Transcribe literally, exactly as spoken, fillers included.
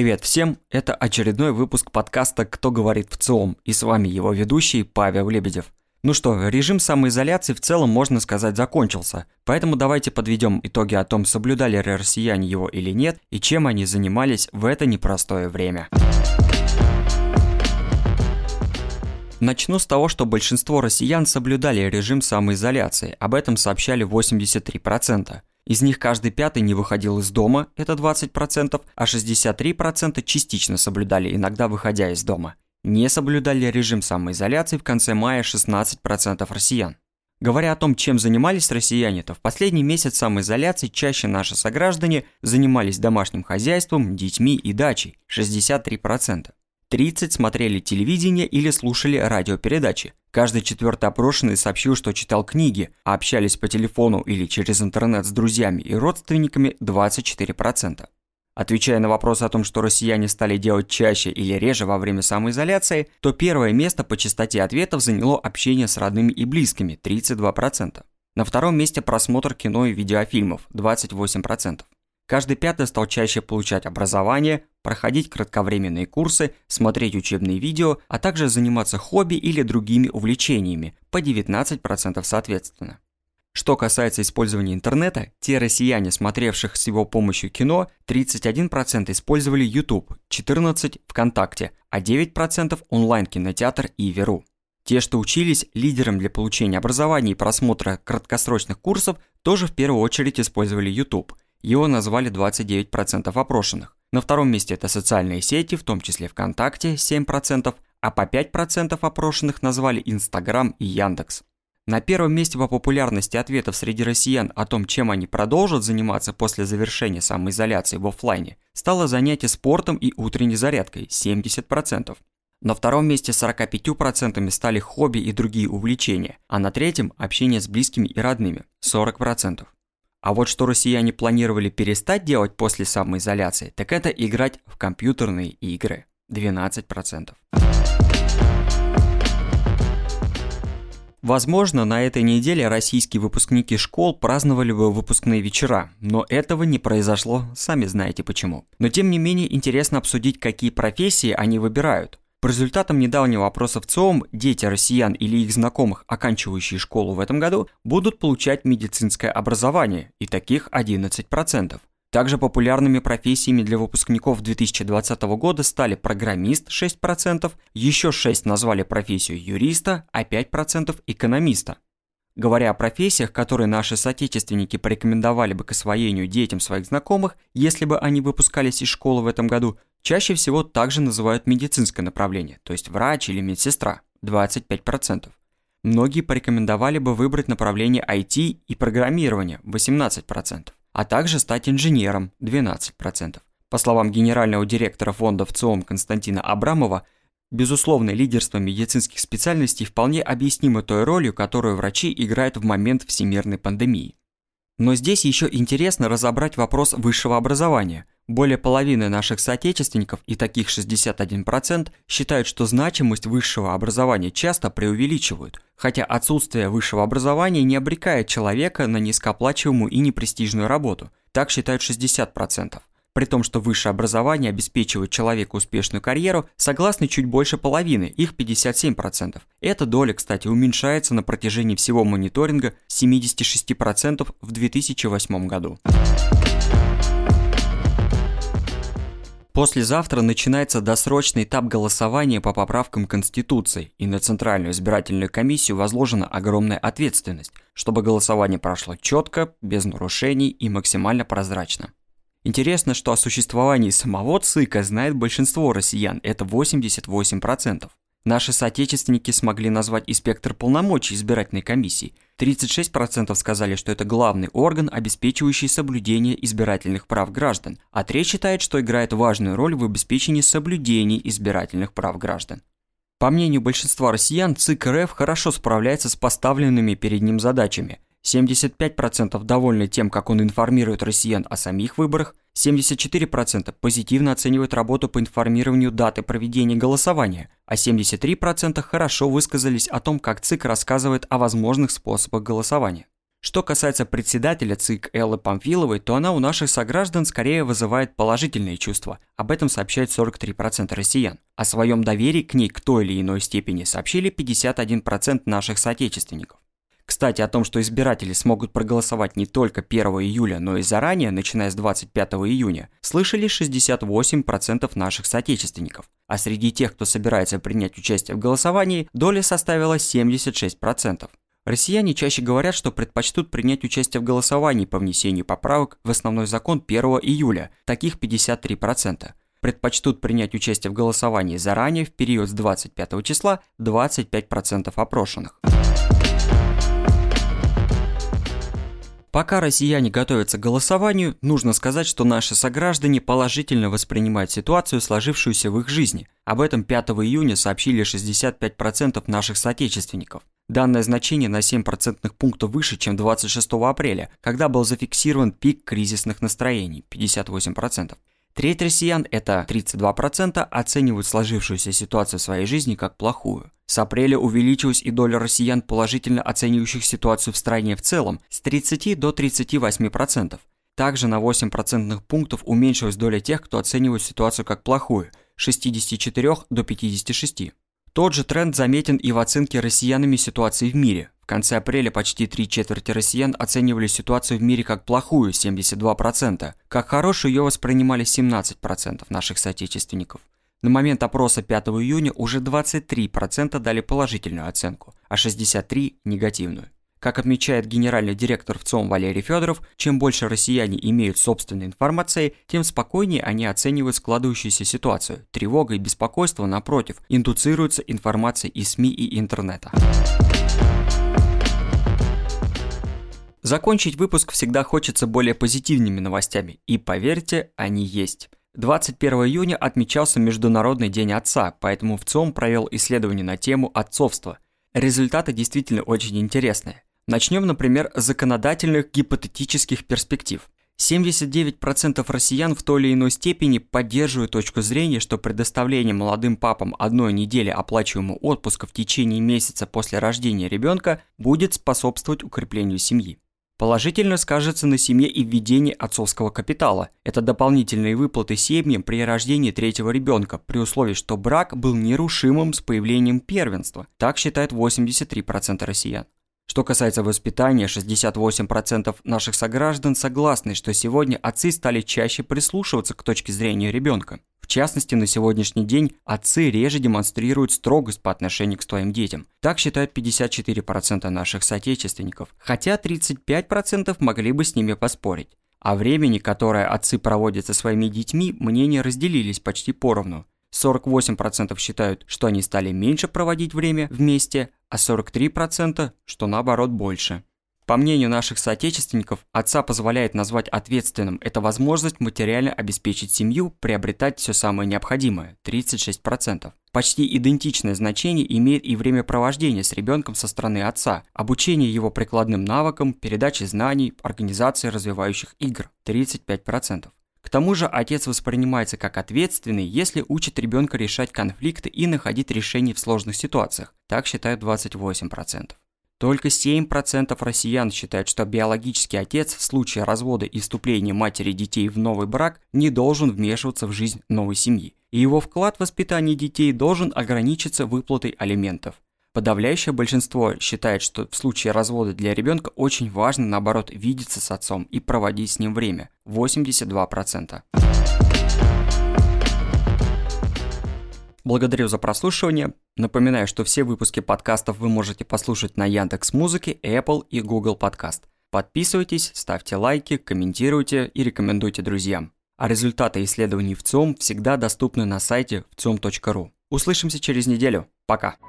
Привет всем, это очередной выпуск подкаста «Кто говорит ВЦИОМ», и с вами его ведущий Павел Лебедев. Ну что, режим самоизоляции в целом, можно сказать, закончился, поэтому давайте подведем итоги о том, соблюдали ли россияне его или нет, и чем они занимались в это непростое время. Начну с того, что большинство россиян соблюдали режим самоизоляции, об этом сообщали восемьдесят три процента. Из них каждый пятый не выходил из дома, это двадцать процентов, а шестьдесят три процента частично соблюдали, иногда выходя из дома. Не соблюдали режим самоизоляции в конце мая шестнадцать процентов россиян. Говоря о том, чем занимались россияне, то в последний месяц самоизоляции чаще наши сограждане занимались домашним хозяйством, детьми и дачей – шестьдесят три процента. тридцать процентов смотрели телевидение или слушали радиопередачи. Каждый четвертый опрошенный сообщил, что читал книги, а общались по телефону или через интернет с друзьями и родственниками двадцать четыре процента. Отвечая на вопрос о том, что россияне стали делать чаще или реже во время самоизоляции, то первое место по частоте ответов заняло общение с родными и близкими – тридцать два процента. На втором месте просмотр кино и видеофильмов – двадцать восемь процентов. Каждый пятый стал чаще получать образование, проходить кратковременные курсы, смотреть учебные видео, а также заниматься хобби или другими увлечениями по девятнадцать процентов соответственно. Что касается использования интернета, те россияне, смотревших с его помощью кино, тридцать один процент использовали YouTube, четырнадцать процентов ВКонтакте, а девять процентов онлайн-кинотеатр Иви.ру. Те, что учились, лидером для получения образования и просмотра краткосрочных курсов, тоже в первую очередь использовали YouTube. Его назвали двадцать девять процентов опрошенных. На втором месте это социальные сети, в том числе ВКонтакте, семь процентов, а по пять процентов опрошенных назвали Инстаграм и Яндекс. На первом месте по популярности ответов среди россиян о том, чем они продолжат заниматься после завершения самоизоляции в офлайне, стало занятие спортом и утренней зарядкой – семьдесят процентов. На втором месте сорок пять процентов стали хобби и другие увлечения, а на третьем – общение с близкими и родными – сорок процентов. А вот что россияне планировали перестать делать после самоизоляции, так это играть в компьютерные игры – двенадцать процентов. Возможно, на этой неделе российские выпускники школ праздновали бы выпускные вечера, но этого не произошло, сами знаете почему. Но тем не менее интересно обсудить, какие профессии они выбирают. По результатам недавнего опроса ВЦИОМ, дети россиян или их знакомых, оканчивающие школу в этом году, будут получать медицинское образование, и таких одиннадцать процентов. Также популярными профессиями для выпускников две тысячи двадцатого года стали программист шесть процентов, еще шесть процентов назвали профессию юриста, а пять процентов экономиста. Говоря о профессиях, которые наши соотечественники порекомендовали бы к освоению детям своих знакомых, если бы они выпускались из школы в этом году, чаще всего также называют медицинское направление, то есть врач или медсестра – двадцать пять процентов. Многие порекомендовали бы выбрать направление ай ти и программирование – восемнадцать процентов, а также стать инженером – двенадцать процентов. По словам генерального директора фонда ВЦИОМ Константина Абрамова, безусловное лидерство медицинских специальностей вполне объяснимо той ролью, которую врачи играют в момент всемирной пандемии. Но здесь еще интересно разобрать вопрос высшего образования. Более половины наших соотечественников, и таких шестьдесят один процент, считают, что значимость высшего образования часто преувеличивают, хотя отсутствие высшего образования не обрекает человека на низкооплачиваемую и непрестижную работу. Так считают шестьдесят процентов. При том, что высшее образование обеспечивает человеку успешную карьеру, согласны чуть больше половины, их пятьдесят семь процентов. Эта доля, кстати, уменьшается на протяжении всего мониторинга с семьдесят шесть процентов в две тысячи восьмом году. Послезавтра начинается досрочный этап голосования по поправкам Конституции, и на Центральную избирательную комиссию возложена огромная ответственность, чтобы голосование прошло четко, без нарушений и максимально прозрачно. Интересно, что о существовании самого ЦИКа знает большинство россиян, это восемьдесят восемь процентов. Наши соотечественники смогли назвать и спектр полномочий избирательной комиссии. тридцать шесть процентов сказали, что это главный орган, обеспечивающий соблюдение избирательных прав граждан, а треть считает, что играет важную роль в обеспечении соблюдения избирательных прав граждан. По мнению большинства россиян, ЦИК РФ хорошо справляется с поставленными перед ним задачами. семьдесят пять процентов довольны тем, как он информирует россиян о самих выборах, семьдесят четыре процента позитивно оценивают работу по информированию даты проведения голосования, а семьдесят три процента хорошо высказались о том, как ЦИК рассказывает о возможных способах голосования. Что касается председателя ЦИК Эллы Памфиловой, то она у наших сограждан скорее вызывает положительные чувства. Об этом сообщает сорок три процента россиян. О своем доверии к ней к той или иной степени сообщили пятьдесят один процент наших соотечественников. Кстати, о том, что избиратели смогут проголосовать не только первого июля, но и заранее, начиная с двадцать пятого июня, слышали шестьдесят восемь процентов наших соотечественников. А среди тех, кто собирается принять участие в голосовании, доля составила семьдесят шесть процентов. Россияне чаще говорят, что предпочтут принять участие в голосовании по внесению поправок в основной закон первого июля, таких пятьдесят три процента. Предпочтут принять участие в голосовании заранее, в период с двадцать пятого числа, двадцать пять процентов опрошенных. Пока россияне готовятся к голосованию, нужно сказать, что наши сограждане положительно воспринимают ситуацию, сложившуюся в их жизни. Об этом пятого июня сообщили шестьдесят пять процентов наших соотечественников. Данное значение на семь процентных пунктов выше, чем двадцать шестого апреля, когда был зафиксирован пик кризисных настроений – пятьдесят восемь процентов. Треть россиян, это тридцать два процента, оценивают сложившуюся ситуацию в своей жизни как плохую. С апреля увеличилась и доля россиян, положительно оценивающих ситуацию в стране в целом, с тридцати до тридцати восьми процентов. Также на восемь процентных пунктов уменьшилась доля тех, кто оценивает ситуацию как плохую, с шестидесяти четырёх до пятидесяти шести. Тот же тренд заметен и в оценке россиянами ситуации в мире. В конце апреля почти три четверти россиян оценивали ситуацию в мире как плохую – семьдесят два процента. Как хорошую ее воспринимали семнадцать процентов наших соотечественников. На момент опроса пятого июня уже двадцать три процента дали положительную оценку, а шестьдесят три процента – негативную. Как отмечает генеральный директор ВЦИОМ Валерий Федоров, чем больше россияне имеют собственной информации, тем спокойнее они оценивают складывающуюся ситуацию. Тревога и беспокойство, напротив, индуцируются информацией из СМИ и интернета. Закончить выпуск всегда хочется более позитивными новостями, и поверьте, они есть. двадцать первого июня отмечался Международный день отца, поэтому ВЦИОМ провел исследование на тему отцовства. Результаты действительно очень интересные. Начнем, например, с законодательных гипотетических перспектив. семьдесят девять процентов россиян в той или иной степени поддерживают точку зрения, что предоставление молодым папам одной недели оплачиваемого отпуска в течение месяца после рождения ребенка будет способствовать укреплению семьи. Положительно скажется на семье и введение отцовского капитала. Это дополнительные выплаты семьям при рождении третьего ребенка, при условии, что брак был нерушимым с появлением первенства. Так считают восемьдесят три процента россиян. Что касается воспитания, шестьдесят восемь процентов наших сограждан согласны, что сегодня отцы стали чаще прислушиваться к точке зрения ребенка. В частности, на сегодняшний день отцы реже демонстрируют строгость по отношению к своим детям. Так считают пятьдесят четыре процента наших соотечественников, хотя тридцать пять процентов могли бы с ними поспорить. О времени, которое отцы проводят со своими детьми, мнения разделились почти поровну. сорок восемь процентов считают, что они стали меньше проводить время вместе, а сорок три процента, что наоборот больше. По мнению наших соотечественников, отца позволяет назвать ответственным – это возможность материально обеспечить семью, приобретать все самое необходимое – тридцать шесть процентов. Почти идентичное значение имеет и времяпровождение с ребенком со стороны отца, обучение его прикладным навыкам, передача знаний, организация развивающих игр – тридцать пять процентов. К тому же отец воспринимается как ответственный, если учит ребенка решать конфликты и находить решения в сложных ситуациях. Так считают двадцать восемь процентов. Только семь процентов россиян считают, что биологический отец в случае развода и вступления матери детей в новый брак не должен вмешиваться в жизнь новой семьи, и его вклад в воспитание детей должен ограничиться выплатой алиментов. Подавляющее большинство считает, что в случае развода для ребенка очень важно, наоборот, видеться с отцом и проводить с ним время – восемьдесят два процента. Благодарю за прослушивание. Напоминаю, что все выпуски подкастов вы можете послушать на Яндекс.Музыке, Apple и Google Подкаст. Подписывайтесь, ставьте лайки, комментируйте и рекомендуйте друзьям. А результаты исследований ВЦИОМ всегда доступны на сайте вциом точка ру. Услышимся через неделю. Пока!